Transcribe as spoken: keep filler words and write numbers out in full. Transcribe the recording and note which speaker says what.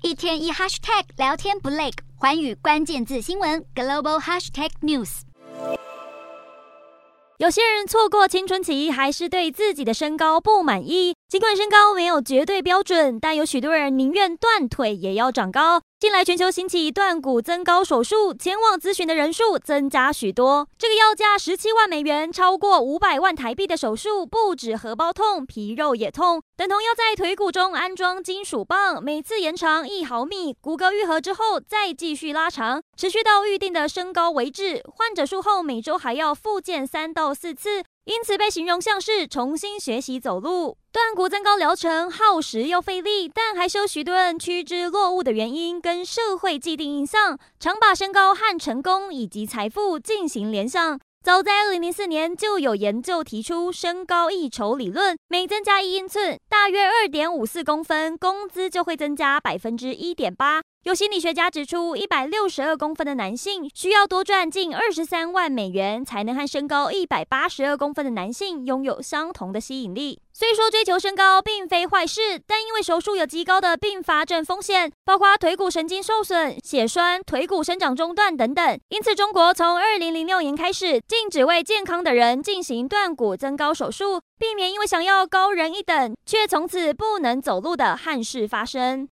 Speaker 1: 一天一 hashtag 聊天不累，寰宇关键字新闻 global hashtag news。
Speaker 2: 有些人错过青春期，还是对自己的身高不满意。尽管身高没有绝对标准，但有许多人宁愿断腿也要长高。近来全球兴起断骨增高手术，前往咨询的人数增加许多。这个要价十七万美元，超过五百万台币的手术，不止荷包痛，皮肉也痛，等同要在腿骨中安装金属棒，每次延长一毫米，骨骼愈合之后再继续拉长，持续到预定的身高为止。患者术后每周还要复健三到四次。因此被形容像是重新学习走路。断骨增高疗程耗时又费力，但还是有许多人趋之若鹜的原因跟社会既定印象，常把身高和成功以及财富进行联想。早在二零零四年就有研究提出身高一筹理论，每增加一英寸，大约二点五四公分，工资就会增加百分之一点八。有心理学家指出，一百六十二公分的男性需要多赚近二十三万美元，才能和身高一百八十二公分的男性拥有相同的吸引力。虽说追求身高并非坏事，但因为手术有极高的并发症风险，包括腿骨神经受损、血栓、腿骨生长中断等等，因此中国从二零零六年开始禁止为健康的人进行断骨增高手术，避免因为想要高人一等，却从此不能走路的憾事发生。